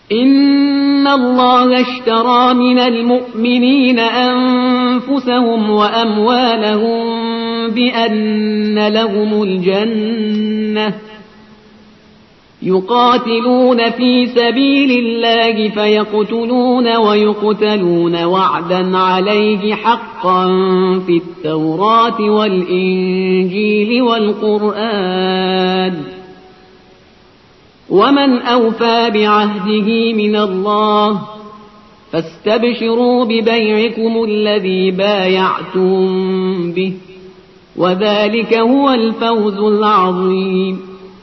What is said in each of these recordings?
إن الله اشترى من المؤمنين أنفسهم وأموالهم بأن لهم الجنة يقاتلون في سبيل الله فيقتلون ويقتلون وعدا عليه حقا في التوراة والإنجيل والقرآن ومن أوفى بعهده من الله فاستبشروا ببيعكم الذي بايعتم به وذلك هو الفوز العظيم.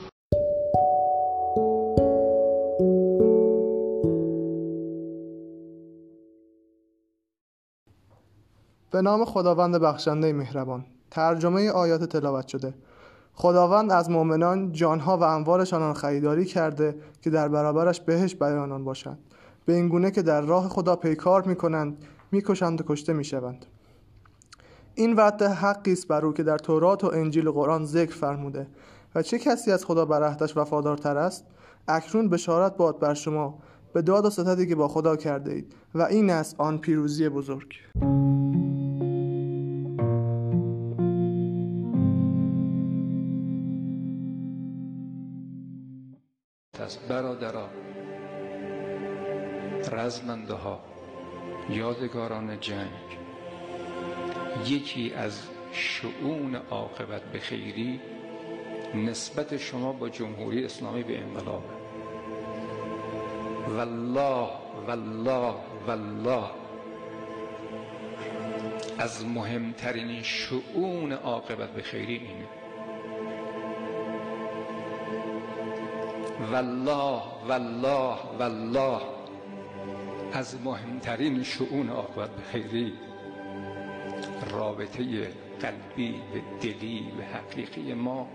به نام خداوند بخشنده مهربان. ترجمه آیات تلاوت شده. خداوند از مؤمنان جانها و اموالشان خریداری کرده که در برابرش بهشت برای آنان باشد، به این گونه که در راه خدا پیکار میکنند، میکشند و کشته میشوند. این وعده حقی است بر او که در تورات و انجیل و قرآن ذکر فرموده. و چه کسی از خدا بر عهدش وفادارتر است؟ اکنون بشارت باد بر شما به داد و ستدی که با خدا کرده اید و این است آن پیروزی بزرگ. برادران، رزمنده ها، یادگاران جنگ، یکی از شؤون عاقبت به خیری نسبت شما با جمهوری اسلامی به انقلاب. والله والله والله از مهمترین شؤون عاقبت به خیری اینه. والله والله والله از مهمترین شؤون عاقبت به خیری رابطه قلبی و دلی و حقیقی ما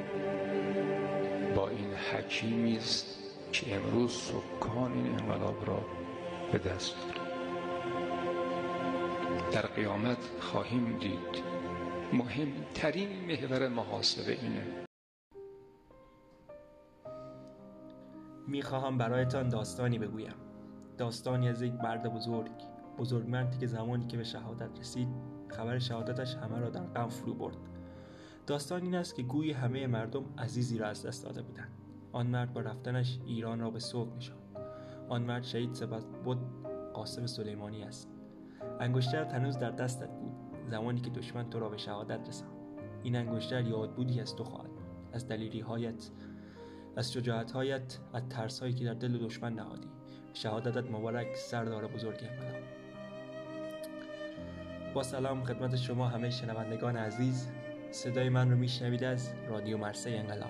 با این حکیمی است که امروز سکان این انقلاب را به دست دارد. در قیامت خواهیم دید مهمترین محور محاسبه اینه. میخواهم برایتان داستانی بگویم، داستانی از یک مرد بزرگمردی که زمانی که به شهادت رسید خبر شهادتش همه را در غم فرو برد. داستان این است که گویی همه مردم عزیزی را از دست داده بودند. آن مرد با رفتنش ایران را به سوگ نشاند. آن مرد شهید سپهبد قاسم سلیمانی است. انگشترت هنوز در دستت بود زمانی که دشمن تو را به شهادت رساند. این انگشتر یادبودی از تو خواهد، از دلیری‌هایت، از شجاعت‌هایت، از ترس‌هایی که در دل دشمن نهادی. شهادتت مبارک سردار بزرگ انقلاب. با سلام خدمت شما همه شنوندگان عزیز. صدای من رو میشنوید از رادیو مرسی انقلاب.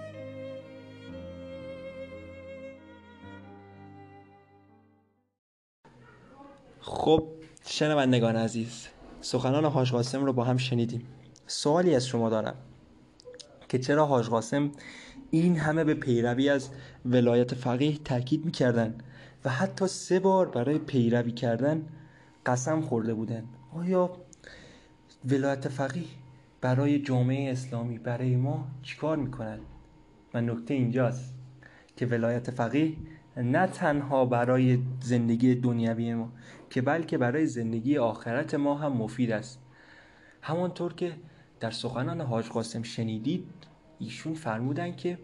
خب شنوندگان عزیز، سخنان حاج قاسم رو با هم شنیدیم. سوالی از شما دارم که چرا حاج قاسم این همه به پیروی از ولایت فقیه تاکید می‌کردن و حتی 3 بار برای پیروی کردن قسم خورده بودن؟ آیا ولایت فقیه برای جامعه اسلامی، برای ما چیکار می‌کند؟ و نکته اینجاست که ولایت فقیه نه تنها برای زندگی دنیوی ما که بلکه برای زندگی آخرت ما هم مفید است. همانطور که در سخنان حاج قاسم شنیدید، ایشون فرمودن که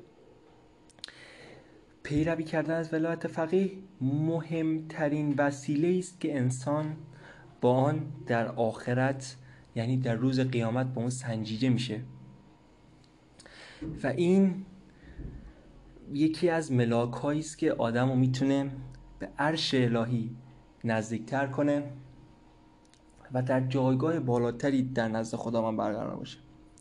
پیروی کردن از ولایت فقیه مهمترین وسیله است که انسان با آن در آخرت، یعنی در روز قیامت، با اون سنجیده میشه و این یکی از ملاک‌هایی است که آدمو میتونه به عرش الهی نزدیکتر کنه و در جایگاه بالاتری در نزد خداوند برقرار باشه.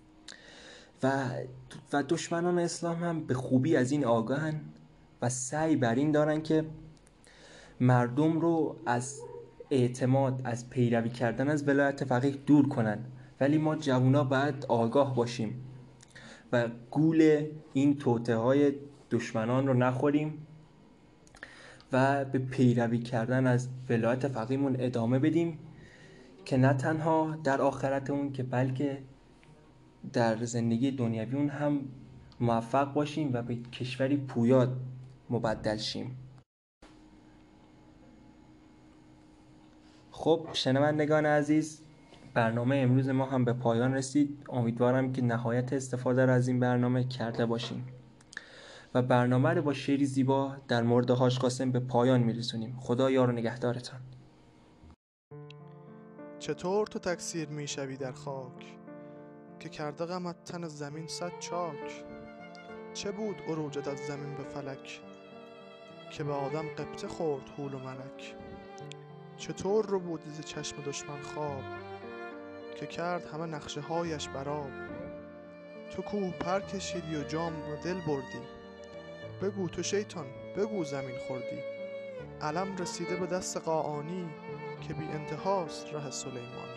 و دشمنان اسلام هم به خوبی از این آگاهن و سعی بر این دارن که مردم رو از اعتماد، از پیروی کردن از ولایت فقیه دور کنن. ولی ما جوونا باید آگاه باشیم و گول این توطئه‌های دشمنان رو نخوریم و به پیروی کردن از ولایت فقیهمون ادامه بدیم که نه تنها در آخرتمون که بلکه در زندگی دنیویمون هم موفق باشیم و به کشوری پویا مبدل شیم. خب شنوندگان عزیز، برنامه امروز ما هم به پایان رسید. امیدوارم که نهایت استفاده را از این برنامه کرده باشیم و برنامه رو با شعری زیبا در مورد حاج قاسم به پایان میرسونیم. خدا یار و نگهدارتان. چطور تو تکثیر میشوی در خاک، که کرده غمت تن زمین صد چاک؟ چه بود عروجت از زمین به فلک، که به آدم غبطه خورد حول و ملک؟ چطور رو بودی ز چشم دشمن خواب، که کرد همه نقشه هایش براب؟ تو کوه پر کشیدی و جام و دل بردی، بگو تو شیطان بگو زمین خوردی. علم رسیده به دست قاآنی، که بی انتهاست ره سلیمانی.